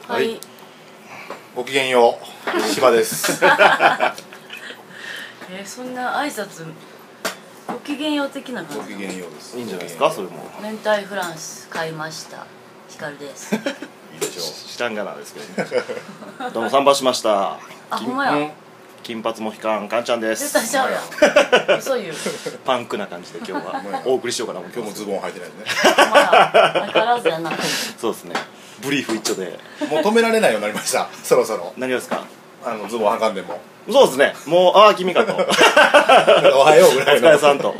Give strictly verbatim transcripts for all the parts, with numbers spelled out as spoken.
はい、ごきげんよう、柴です。 えー、そんな挨拶ごきげんよう的な感じ。 ごきげんようです。 いいんじゃないですか、それも。 明太フランス買いました。ひかるです。いいでしょう。 知らんがなですけど、ね。どうも参拝しました。 あ、ほんまや。 金髪もひかんかんちゃんです。 絶対ちゃうやん。嘘言う。 パンクな感じで今日はお送りしようかな。 今日もズボン履いてないね。 まだ相変わらずやな。 そうですね。ブリーフ一丁で。 もう止められないようになりました。そろそろ。 何ですか。 あのズボン履かんでも。 そうですね。もうああ君かと。おはようぐらいの。 お疲れさんと。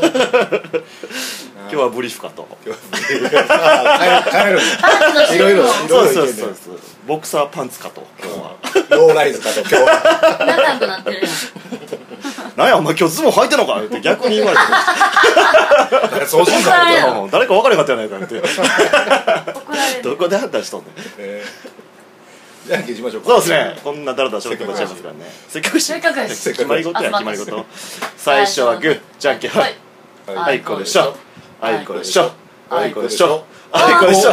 今日はブリーフかと。 今日はブリーフ。帰る。いろいろ。 そうですそうですそうです。ボクサーパンツかと今日は。 ローライズかと今日は。 仲良くなってるやん。 なんやお前今日ズボン履いてんのかって逆に言われて。 そうすんだ。 誰か分からへんかったやないかって。 怒られる。 どこで判断しとんねん。 じゃんけんしましょうか。 そうですね。こんなダラダラしゃべってもらっちゃいますからね。せっかくせっかくです。 決まり事や決まり事。最初はグー、じゃんけんはい。あいこでしょ。あいこでしょ。あいこでしょ。あいこでしょ。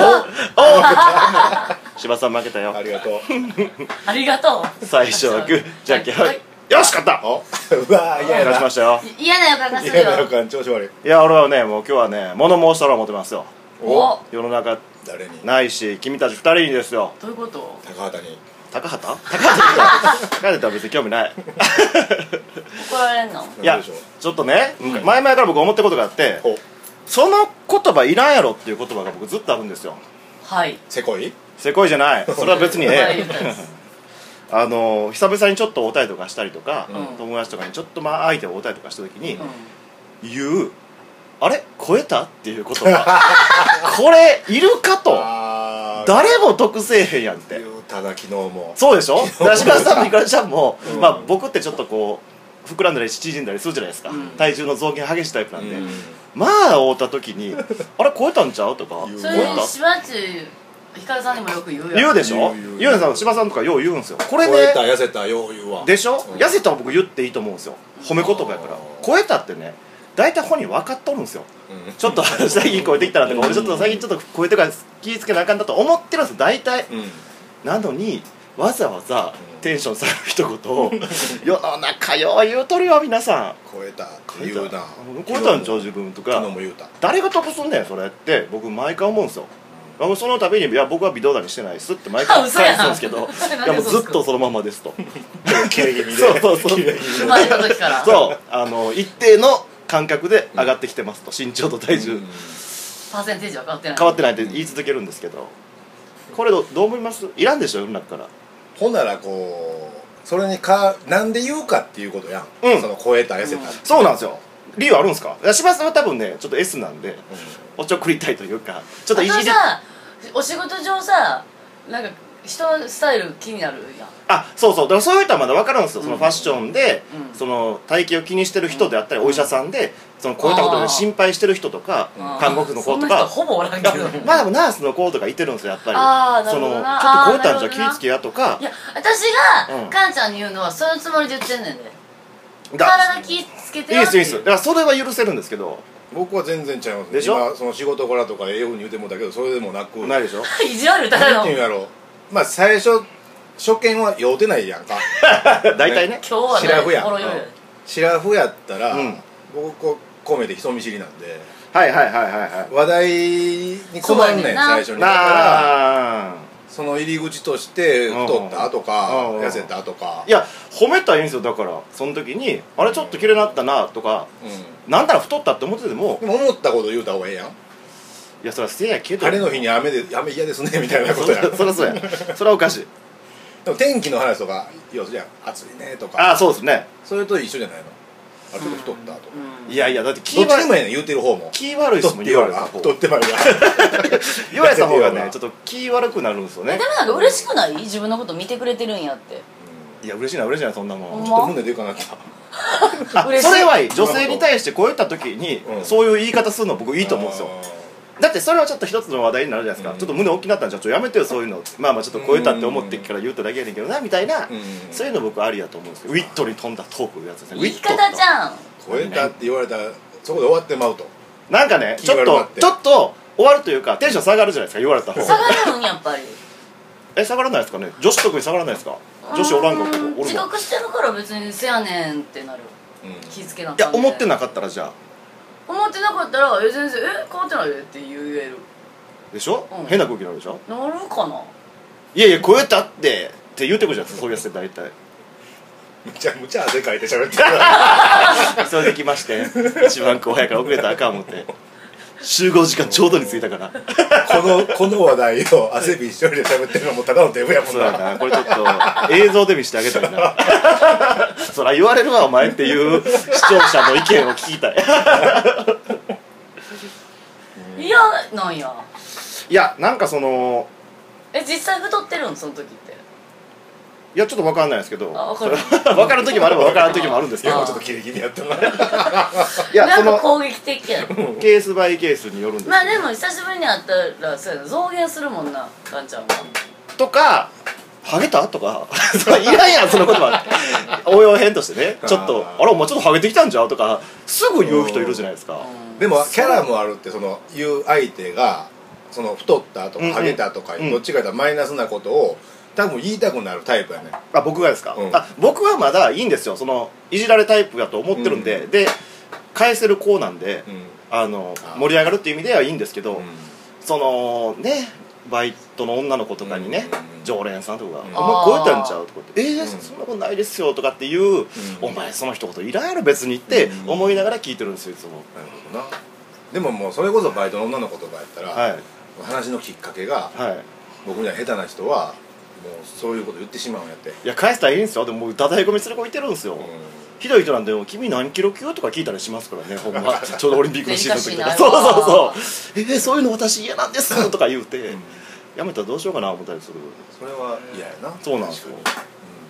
柴さん負けたよ。 ありがとう。 ありがとう。 最初はグー、じゃんけんはい。よし勝った。 うわ嫌やらしましたよ。 嫌な予感がするよ。 嫌な予感調子悪い。 いや俺はねもう今日はね物申したろう思ってますよ。 お世の中誰にないし君たち二人にですよ。 どういうこと？ 高畑に。 高畑？高畑高畑は別に興味ない。 怒られんの？ いやちょっとね前々から僕思ったことがあって、その言葉いらんやろっていう言葉が僕ずっとあるんですよ。 はい。 せこい？ せこいじゃない。それは別にええ。あの久々にちょっと会うたりとかしたりとか、友達とかにちょっとまあ相手を会うたりとかした時に言うあれ超えたっていう言葉これいるかと。誰も得せえへんやんって。 ただ昨日もそうでしょ。柴田さんもひかるちゃんも、まあ僕ってちょっとこう膨らんだり縮んだりするじゃないですか、体重の増減激しいタイプなんで、まあ会うた時にあれ超えたんちゃうとか。 それしばっちひかるさんにもよく言うよ。 言うでしょ。ゆうねさん柴さんとかよう言うんですよ。これね超えた痩せたよう言うわ。 でしょ。痩せたは僕言っていいと思うんですよ。褒め言葉やから。超えたってね大体本人分かっとるんですよ。ちょっと最近超えてきたなとか俺ちょっと最近ちょっと超えてから気ぃつけなあかんだと思ってるんですよ大体。なのにわざわざテンション下がる一言を世の中よう言うとるよ皆さん。 超えたって言うな。 超えたんちゃう自分とか。 昨日も言うた。 誰が得すんねんそれって僕毎回思うんですよ。その度に「いや僕は微動だにしてないです」って毎回返すんですけどいやもうずっとそのままですと。 切れ気味で。 そうそうそう。 生まれた時から。 そうあの一定の感覚で上がってきてますと身長と体重。 パーセンテージは変わってない。 変わってないって言い続けるんですけどこれどう思います？いらんでしょ世の中から。 ほんならこうそれにかなんで言うかっていうことやん。その超えた痩せた。 そうなんですよ。理由あるんですか？柴田さんは多分ねちょっと S なんでおちょくりたいというかちょっといじり。 お仕事上さなんか人のスタイル気になるやん。 あそうそうだからそういう人はまだ分かるんですよ。そのファッションでその体型を気にしてる人であったりお医者さんでその超えたことで心配してる人とか看護婦の子とかほぼおらんけどまあでもナースの子とかいてるんですよやっぱり。そのちょっと超えたんじゃ気ぃつけやとか。 いや私がカンちゃんに言うのはそういうつもりで言ってんねんで。体気ぃつけてよ。 いいですいいです。だからそれは許せるんですけど僕は全然ちゃいます。 でしょ。 今その仕事柄とかええように言うてもだけどそれでもなくないでしょ。 意地悪ただの。 何ていうんやろう。まあ最初初見は酔うてないやんか。 大体ね。 今日はシラフやん。シラフやったら僕こう込めて人見知りなんで。 はいはいはいはいはい。 話題に困んねん最初に。だからその入り口として太ったとか痩せたとか。 いや褒めたらいいんですよ。だからその時にあれちょっと綺麗になったなとかなんなら太ったって思ってても。 でも思ったこと言うた方がええやん。 いやそれはせやけど晴れの日に雨で雨嫌ですねみたいなことやん。 そりゃそうやそれはおかしい。 でも天気の話とか要するじゃん暑いねとか。 ああそうですね。 それと一緒じゃないの。あちょっと太ったとか。 いやいやだって気悪いどっちでもええねん言うてる方も。 気悪いですもん言われた方。 太ってまいや言われた方がねちょっと気悪くなるんですよね。 でもなんか嬉しくない？自分のこと見てくれてるんやって。 いや嬉しいな嬉しいなそんなもん。 ちょっと胸でかなった。 それはいい。女性に対して超えた時にそういう言い方するの僕いいと思うんですよ。だってそれはちょっと一つの話題になるじゃないですか。ちょっと胸大きなったんじゃちょっとやめてよそういうの。まあまあちょっと超えたって思ってから言うとだけやねんけどなみたいなそういうの僕ありやと思うんですけどウィットに飛んだトークいうやつですね。 言い方じゃん。 超えたって言われたらそこで終わってまうと。 なんかねちょっとちょっと終わるというかテンション下がるじゃないですか言われた方が。 下がるんやっぱり。 え下がらないですかね。女子特に下がらないですか。女子おらんかった。 自覚してるから別にせやねんってなる、うん、気付けなかった。 いや思ってなかったらじゃあ思ってなかったらえ全然え変わってないでって言えるでしょ、うん、変な空気になるでしょ。 なるかな。 いやいや超えたってって言うてくるじゃんそういうやつって大体むちゃむちゃ汗かいて喋ってる急いできまして一番後輩から遅れたらあかん思って集合時間ちょうどに着いたからこのこの話題を汗び一人で喋ってるのもただのデブやもんな。 そうだなこれちょっと映像で見せてあげたいなそら言われるわお前っていう視聴者の意見を聞きたいいやなんやいやなんかそのえ実際太ってるんその時って。 いやちょっと分かんないですけど分かる分かる時もあれば分からん時もあるんですけどちょっとキレキレやったな。いやなんか攻撃的やんケースバイケースによるんですまあでも久しぶりに会ったらそうやな増減するもんなカンちゃんはとかハゲたとかいらんやんその言葉応用編としてねちょっとあれお前ちょっとハゲてきたんちゃうとかすぐ言う人いるじゃないですか。 でもキャラもあるってその言う相手がその太ったとかハゲたとか、うんうん、どっちかというとマイナスなことを多分言いたくなるタイプやね。 あ僕がですか、うん、あ僕はまだいいんですよそのいじられタイプだと思ってるんで、うん、で返せる子なんで、うん、あの盛り上がるっていう意味ではいいんですけど、うん、そのねバイトの女の子とかにね、うん、常連さんとかが「うん、お前超えたんちゃう?」とかって「えー、うん、そんなことないですよ」とかっていう、うん、お前その一言いらんやろ別にって思いながら聞いてるんですよいつも。 なるほどな。でももうそれこそバイトの女の子とかやったら、はい、話のきっかけが、はい、僕みたいな下手な人はもうそういうこと言ってしまうんやって。 いや返したらいいんですよ。でもダダい込みする子いてるんですよ、うん、ひどい人なんで「君何キロ級?」とか聞いたりしますからねほんまちょうどオリンピックのシーズンの時とかそうそうそう「えー、そういうの私嫌なんです」とか言うて、うん、やめたらどうしようかな思ったりする。 それは嫌やな。 そうなんですよ、うん、分か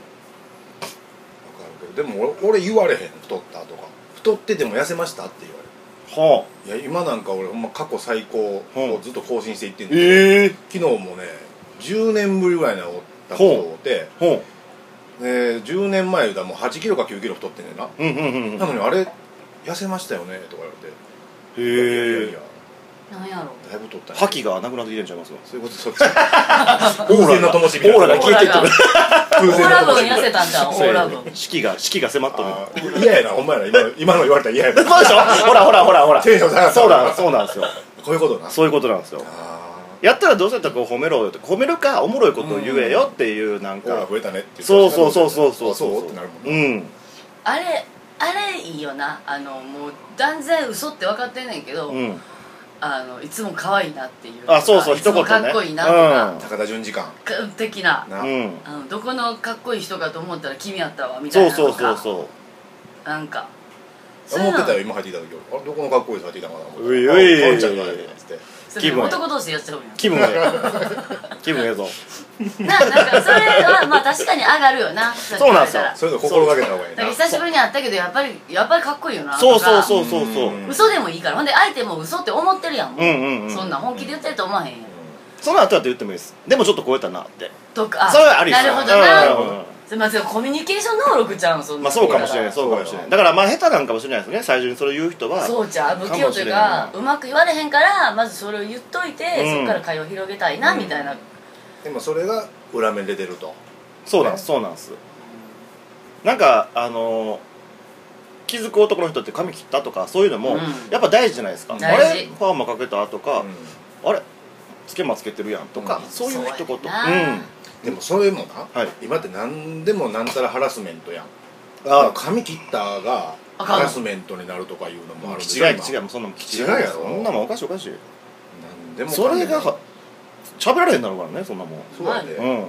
るけどでも 俺, 俺言われへん太ったとか太ってても痩せましたって言われる。はあ、いや今なんか俺ほんま過去最高をずっと更新していってんだけど、えー、昨日もねじゅうねんぶりぐらいにおったことで、でじゅうねんまえ言うたらもうはちキロかきゅうキロ太ってんねんな、うんうんうんうん、なのにあれ痩せましたよねとか言われて、へえ、いやいやなんやろだいぶ太ったね。 覇気がなくなってきてんちゃいますよ。 そういうことそっちオーラが灯火みたいなオーラが消えていってるオーラ分痩せたんじゃんオーラ分四季が四季が迫っとる。 嫌やなお前ら今今の言われたら嫌やなそうでしょほらほらほらほらテンション下がった。 そうだそうなんですよこういうことなそういうことなんですよ。やったらどうせやったらこう褒めろよって褒めるかおもろいことを言えよっていうなんかオーラ増えたねってそうそうそうそうそうそうってなるもんな。 うんあれあれいいよな。あのもう断然嘘って分かってんねんけど、うんあのいつも可愛いなっていうあそうそう一言ねいつもかっこいいなとか、 うん、高田純次官的な、な、うん、あのどこのかっこいい人かと思ったら君やったわみたいなそうそうそうそうなんか思ってたよ今入ってきた時あれどこのかっこいい人入ってきたかな思ってういういういちゃんが入ってきて気分男同士でやっちゃうよ気分え気分ええぞななんかそれはまあ確かに上がるよなそうなんですよそういうの心がけた方がいいな。 久しぶりに会ったけどやっぱりやっぱりかっこいいよなそうそうそうそうそう嘘でもいいからほんで相手も嘘って思ってるやんもう、うんうんうん、そんな本気で言ってると思わへんやん。 その後だって言ってもいいです。でもちょっと超えたなってとかそれはありですなるほどな、うんうんすみませんコミュニケーション能力ちゃうんそんな。 まあそうかもしれないそうかもしれない。だからまあ下手なんかもしれないですね最初にそれを言う人は。 そうじゃ不器用というかうまく言われへんからまずそれを言っといて、うん、そこから会話を広げたいな、うん、みたいな。 でもそれが裏面で出ると。 そうなんですそうなんです。なんかあの気づく男の人って髪切ったとかそういうのも、うん、やっぱ大事じゃないですか。あれパーマかけたとか、うん、あれつけまつけてるやんとか、うん、そういう一言。うんでもそれもな、はい、今って何でもなんたらハラスメントやん。あ髪切ったがハラスメントになるとかいうのもあるんで違い違いそんなもん違いやろ。そんなもんおかしいおかしい。なんでもそれが喋られへんなるからねそんなもん。 そうやで、 うん、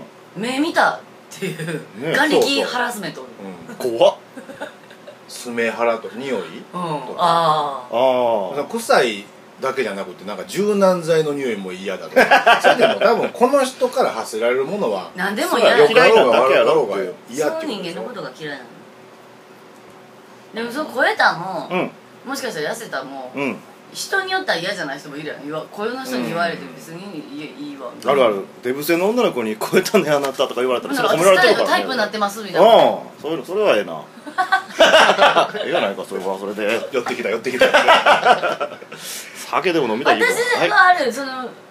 目見たっていう、ね、ガリキハラスメント、 うん、怖っスメハラと匂い、うん、とかああ臭いだけじゃなくてなんか柔軟剤の匂いも嫌だとかそれでも多分この人から発せられるものは何でも嫌だ。 良かろうが悪かろうが嫌っていう人間のことが嫌いなの。でもその超えたも、うん、もしかしたら痩せたも、うん、人によっては嫌じゃない人もいるやん。こういう人に言われて別にいいわ、 うん、あるあるデブ性の女の子に超えたねあなたとか言われたらそれ褒められてるからね。 タイプになってますみたいな。 ああそういうのそれはええなええやないかそれはそれで寄ってきた寄ってきた酒でも飲みたい。 私はあるその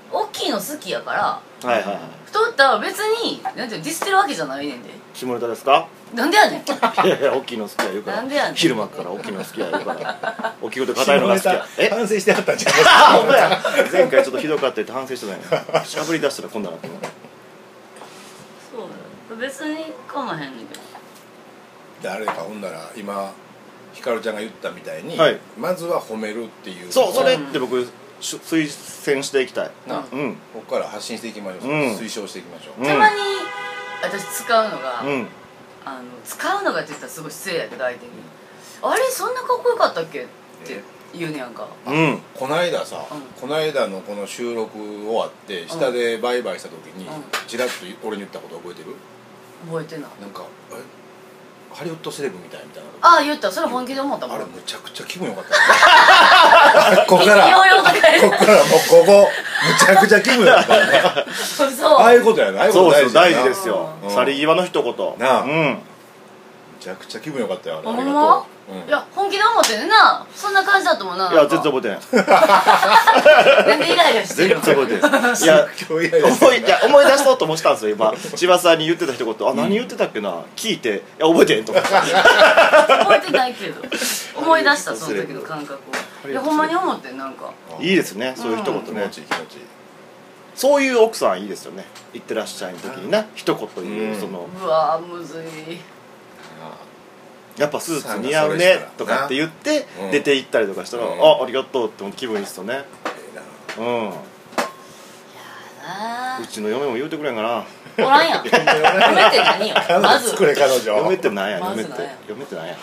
大きいの好きやからはいはいはい。 太ったら別になんていうのディスってるわけじゃないねんで。 下ネタですか？ なんでやねん。 いやいや、大きいの好きや言うからなんでやねん昼間から大きいの好きや言うから大きいこと硬いのが好きや。え反省してはったんじゃないあ、ほんまや。前回ちょっとひどかったって反省してないの。しゃぶり出したら今度なって思う。 そう別にかまへんねんけど。 であれか、ほんだら今ひかるちゃんが言ったみたいに、 はい、 まずは褒めるっていう。 そう、それって僕推薦していきたいな、 うん、ここから発信していきましょう、うん、推奨していきましょう、 たまに私使うのが、 うん、 あの使うのがって言ったらすごい失礼やけど相手に「あれそんなかっこよかったっけ?」って言うねやんか、 うん、この間さ、うん、この間のこの収録終わって下でバイバイした時にちらっと俺に言ったこと覚えてる？ 覚えてない。 なんかえハリウッドセレブみたいみたいな。 ああ言った。それ本気で思ったもん。 あれむちゃくちゃ気分よかったここからここからもうここむちゃくちゃ気分よかったそうああいうことやな。ああいうこと大事大事ですよ。去り際の一言なあ、 うん、 むちゃくちゃ気分よかったよ。ありがとう。いや本気で思ってんねんな。そんな感じだと思うな。 いや全然覚えてないなんでイライラしてるの？ 全然覚えてない。いや思いいや思い出そうともしたんですよ今。千葉さんに言ってた一言、あ何言ってたっけな聞いて、いや覚えてんと思って覚えてないけど思い出したその時の感覚を。いやほんまに思ってんなんかいいですねそういう一言ね。 気持ちいい気持ちいい。 そういう奥さんいいですよね。行ってらっしゃいの時にな一言言うそのうわむずい。 やっぱスーツ似合うねとかって言って出て行ったりとかしたら、うん、あありがとうって気分いいっすよね。うん。うちの嫁も言うてくれんかな。 おらんやん。嫁って何よ。まず。 作れ彼女。 嫁ってなんや。嫁って嫁ってなんや。いや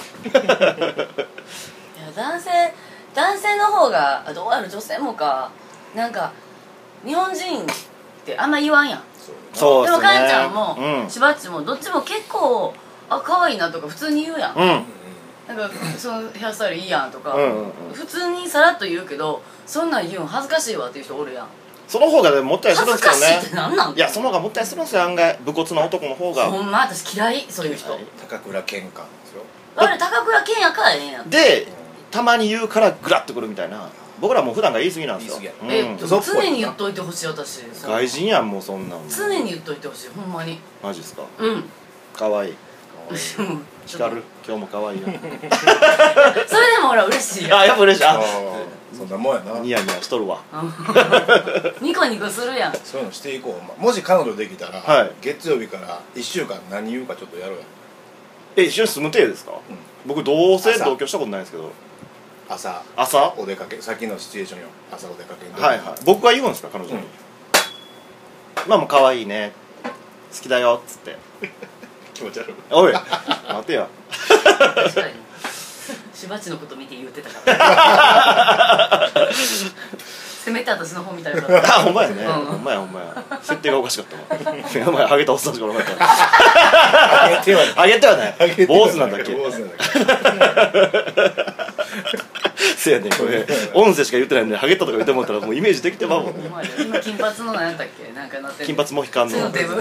男性男性の方がどうやる女性もかなんか日本人ってあんま言わんやん。 そうですね。 でもかんちゃんも、うん、しばっちもどっちも結構あ可愛いなとか普通に言うやん、うん、なんかそのヘアスタイルいいやんとか、うんうんうん、普通にさらっと言うけどそんなん言うん恥ずかしいわっていう人おるやん。 その方がもったりするんですよね。 恥ずかしいってなんなん？ いやその方がもったりするんですよ案外。武骨な男の方がほんま私嫌いそういう人。 高倉健感ですよ。 あれ高倉健やからええんやんでたまに言うからグラッとくるみたいな。僕らもう普段が言い過ぎなんですよ。 え、うん、常に言っといてほしい私。 外人やんもうそんなん。 常に言っといてほしいほんまに。 マジですか？ うんかわいい。光る今日も可愛いよ。それでも俺は嬉しいよ。 あやっぱ嬉しい。あそんなもんやな。 ニヤニヤしとるわ。 ニコニコするやん。 そういうのしていこう。もし彼女できたら、はい、月曜日からいっしゅうかん何言うかちょっとやろうや。 え一緒に住む体ですか？うん、僕同棲同居したことないんですけど。 朝朝お出かけさっきのシチュエーションよ。朝お出かけに。 はいはい。僕は言うんですか彼女に。うん、まあもう可愛いね好きだよっつって。 気持ち悪い。 おい待てよ。 確かにしばっちのこと見て言ってたからせめて私の方みたいな。 あほんまやね、うん、ほんまやほんまや設定がおかしかったわ。お前ハゲたおっさんしかおらなかった。ハゲてはないハゲてはない坊主なんだっけ。坊主なんだっけ。せやねんこれ音声しか言ってないんでハゲたとか言ってもらったらもうイメージできてまうもんね。 今金髪の何やったっけなんかなってる。 金髪モヒカンのデブ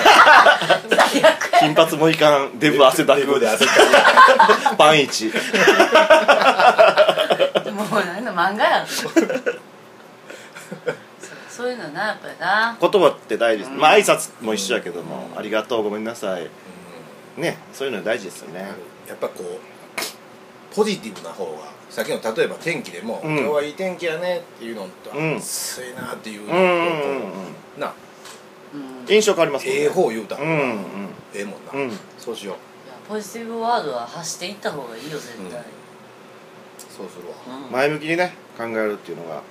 金髪モヒカンデブ汗だくで汗かくパンイチ。もう何の漫画やそういうのなやっぱりな。 言葉って大事です、うん、まあ挨拶も一緒やけども、うん、ありがとうごめんなさい、うん、ねそういうの大事ですよね。 やっぱこうポジティブな方がさっきの例えば天気でも、うん、今日はいい天気やねっていうのと、うん、暑いなっていうのと、うんうん、な、 うん、印象変わりますもんね。 ええ方言うたら、うんうん、ええもんな、 うん、 そうしよう。いやポジティブワードは発していった方がいいよ絶対、うん、 そうするわ、 うん、前向きにね考えるっていうのが、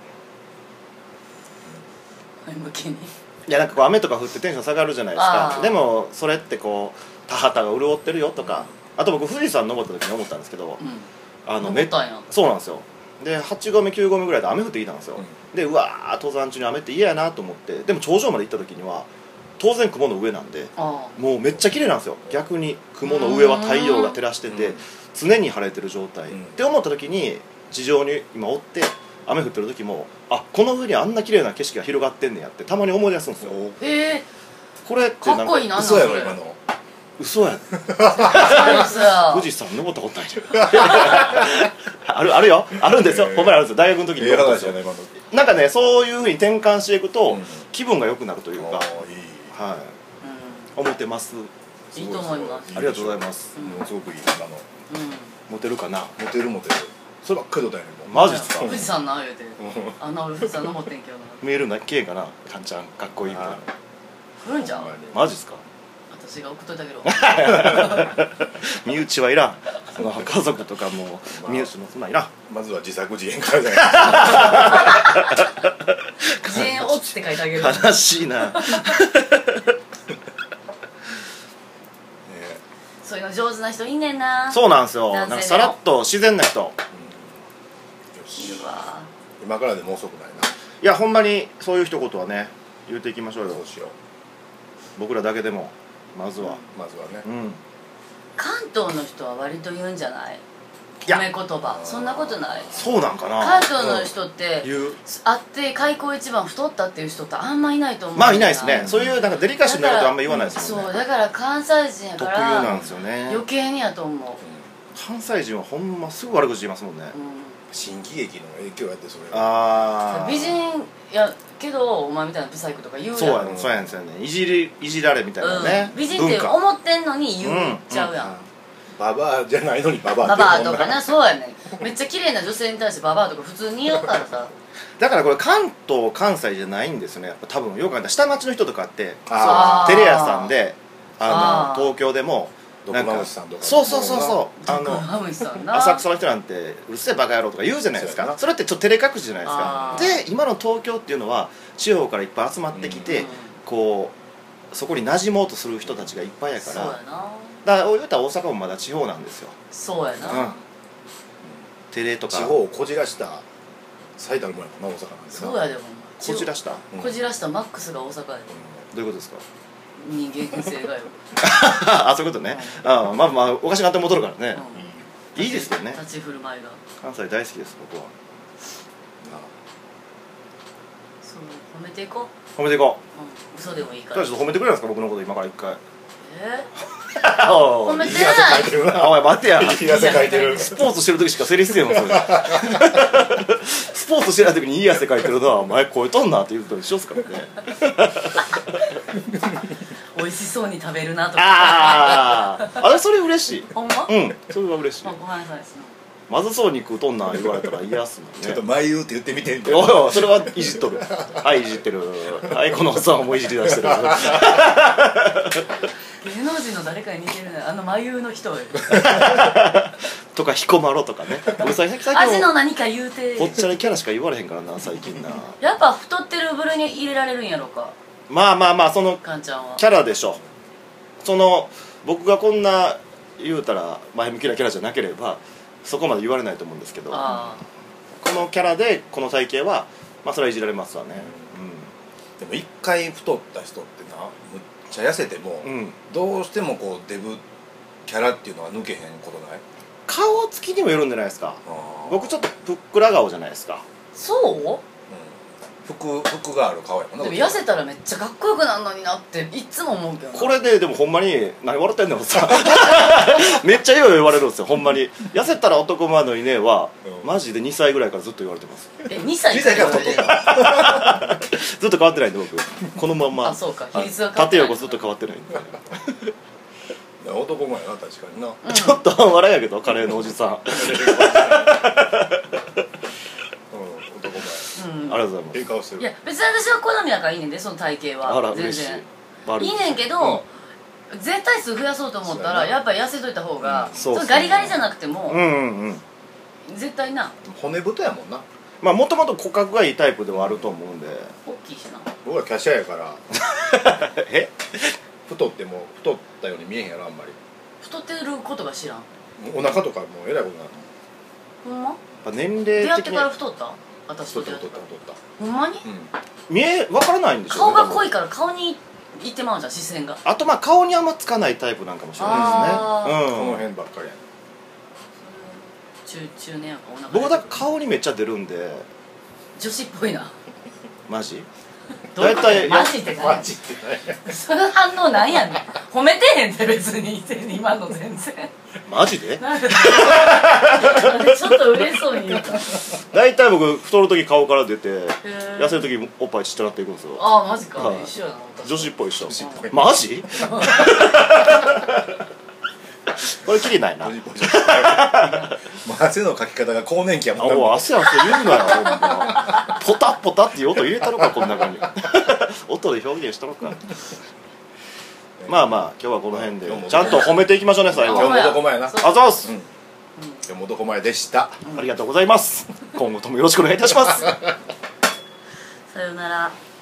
うん、前向きにいやなんかこう雨とか降ってテンション下がるじゃないですか。でもそれってこう田畑が潤ってるよとか、うん、あと僕富士山登った時に思ったんですけど、うんあのめそうなんですよ。ではち合目きゅう合目ぐらいで雨降ってきたんですよ、うん、でうわー登山中に雨って嫌やなと思って、でも頂上まで行った時には当然雲の上なんでもうめっちゃ綺麗なんですよ。逆に雲の上は太陽が照らしてて常に晴れてる状態、うん、って思った時に地上に今おって雨降ってる時もあこの上にあんな綺麗な景色が広がってんねやってたまに思い出すんですよ。 へえこれってなんかかっこいいな。 嘘やろ今の。 嘘やね富士山登ったことないじゃんあるあるよあるんですよ、ほんまにあるんですよ、大学の時に。なんかね、そういうふうに転換していくと気分が良くなるというか、はい、思ってます。 いいと思います。 ありがとうございます。 ものすごくいいあのモテるかな。 モテるモテる。そればっかりだよね。 マジっすか。 富士山な言うて、あんな俺富士山登ってんけどな。 メールなけんかな、かんちゃんかっこいいみたいな。 来るんじゃん。 マジっすか。 私が送っといてあげるわ。 身内はいらん。その家族とかも身内のそんなんいらん。 まずは自作自演からじゃないですか。 自演オツって書いてあげる。 悲しいな。 そういうの上手な人いいねんな。 そうなんですよ。なんかさらっと自然な人。 いるわ。 今からでも遅くないな。 いやほんまにそういう一言はね言うていきましょうよ。 そうしよう。 僕らだけでもまずは。 まずはね。 うん。 関東の人は割と言うんじゃない？褒め言葉。そんなことない？ そうなんかな。 関東の人って言う。 会って開口一番太ったっていう人ってあんまいないと思う。 まあいないですね。そういうなんかデリカシーなことあんま言わないですよね。 そうだから関西人やから特有なんですよね。 余計にやと思う。 関西人はほんますぐ悪口言いますもんね。 新喜劇の影響やってそれ。 ああ。美人やけどお前みたいなブサイクとか言うやん。 そうやね。そうやんですよね。いじりいじられみたいなね。 美人って思ってんのに言っちゃうやん。 ババアじゃないのにババアババアとかな。そうやね。めっちゃ綺麗な女性に対してババアとか普通に言うからさ。 だからこれ関東関西じゃないんですよね。やっぱ多分よくあった下町の人とかってテレ屋さんであの東京でもなんかそうそうそうそうあの浅草の人なんてうるせえバカ野郎とか言うじゃないですか。それってちょっと照れ隠しじゃないですか。で今の東京っていうのは地方からいっぱい集まってきてこうそこに馴染もうとする人たちがいっぱいやから。 そうやな。 だから言うたら大阪もまだ地方なんですよ。 そうやな。 テレとか地方をこじらした最たるもんやもんな大阪なんで。 そうやでもこじらしたこじらしたマックスが大阪やで。 どういうことですか。 人間性がよ。 あ、そういうことね。ああ、まあまあおかしなって戻るからね。いいですよね。 立ち振る舞いが。 関西大好きです僕は。 そう褒めていこう。褒めていこう。嘘でもいいから。 ちょっと褒めてくれますか僕のこと今から一回。 え？褒めてない。 おい待てや。 いい汗かいてる。 スポーツしてる時しか成立せんよそれ。スポーツしてない時にいい汗かいてるのはお前声とんなって言うと一緒っすからね。 美味しそうに食べるなとか。 ああ、あれそれ嬉しい。 ほんま？ うん、それは嬉しい。 ごめんなさいですね。 まずそうに食うとんな言われたら嫌っすもんね。 ちょっと眉って言ってみてみたいな。おいおいそれはいじっとる。はいいじってる。はいこのおっさんもいじり出してる。 芸能人の誰かに似てるね。あの眉の人とか彦摩呂とかね。 味の何か言うて。 ぽっちゃりキャラしか言われへんからな最近な。 やっぱ太ってる部類に入れられるんやろか。 まあまあまあそのキャラでしょ。その僕がこんな言うたら前向きなキャラじゃなければそこまで言われないと思うんですけど、このキャラでこの体型はまあそれはいじられますわね。 でも一回太った人ってなむっちゃ痩せても、うん、どうしてもこうデブキャラっていうのは抜けへんことない？ 顔つきにもよるんじゃないですか。僕ちょっとぷっくら顔じゃないですか。 そう？うん、 服服がある顔やもんな。 でも痩せたらめっちゃかっこよくなるのになっていつも思うけどな。 これででもほんまに何笑ってんのさめっちゃよう言われるんですよほんまに。痩せたら男前のいねえは、うん、マジでにさいぐらいからずっと言われてます。 えにさいから言われてるずっと変わってないんで僕このまんま。 あそうか比率は変わってない。縦横ずっと変わってないんで男前やな確かにな、 うん、ちょっと笑いやけどカレーのおじさんうん、男前、うん、ありがとうございます。 いい顔してる。 いや別に私は好みやからいいねんでその体型は。 あら全然嬉しい。 いいねんけど、うん、絶対数増やそうと思ったらやっぱり痩せといた方が、うん、そうガリガリじゃなくても、うんうんうん、絶対な骨太やもんな。 まあもともと骨格がいいタイプではあると思うんで。 大きいしな。 僕は華奢やからえ太っても太ったように見えへんやろあんまり。 太ってることが知らん。 お腹とかもうえらいことになるほんま？ 年齢的に出会ってから太った？私と出会ってから太った太ったほんまに？ うん、見え分からないんでしょ。 顔が濃いから顔にいってまうじゃん視線が。 あとまあ顔にあんまつかないタイプなんかもしれないですね。うん、 この辺ばっかりやね。 中中年やからお腹。 僕だから顔にめっちゃ出るんで。 女子っぽいな。 マジ？ 大体マジって何？ マジって何？ その反応なんやねん。 褒めてへんって別に今の全然マジでなんかちょっと嬉しそうに言うた。 大体僕太る時顔から出てー痩せる時おっぱいちっちゃなっていくんですよ。 ああマジか、 はい一緒やな私女子っぽいっしょ。 女子っぽいマジこれきりないな。 もう汗のかき方が更年期やもんな。 おい汗汗言うなよほんま。ポタッポタっていう音入れたのかこの中に。音で表現したのか。まあまあ今日はこの辺でちゃんと褒めていきましょうね最後。 今日も男前やな。 そうあざーす、 うん今日も男前でした。 ありがとうございます。今後ともよろしくお願いいたします。 さよなら。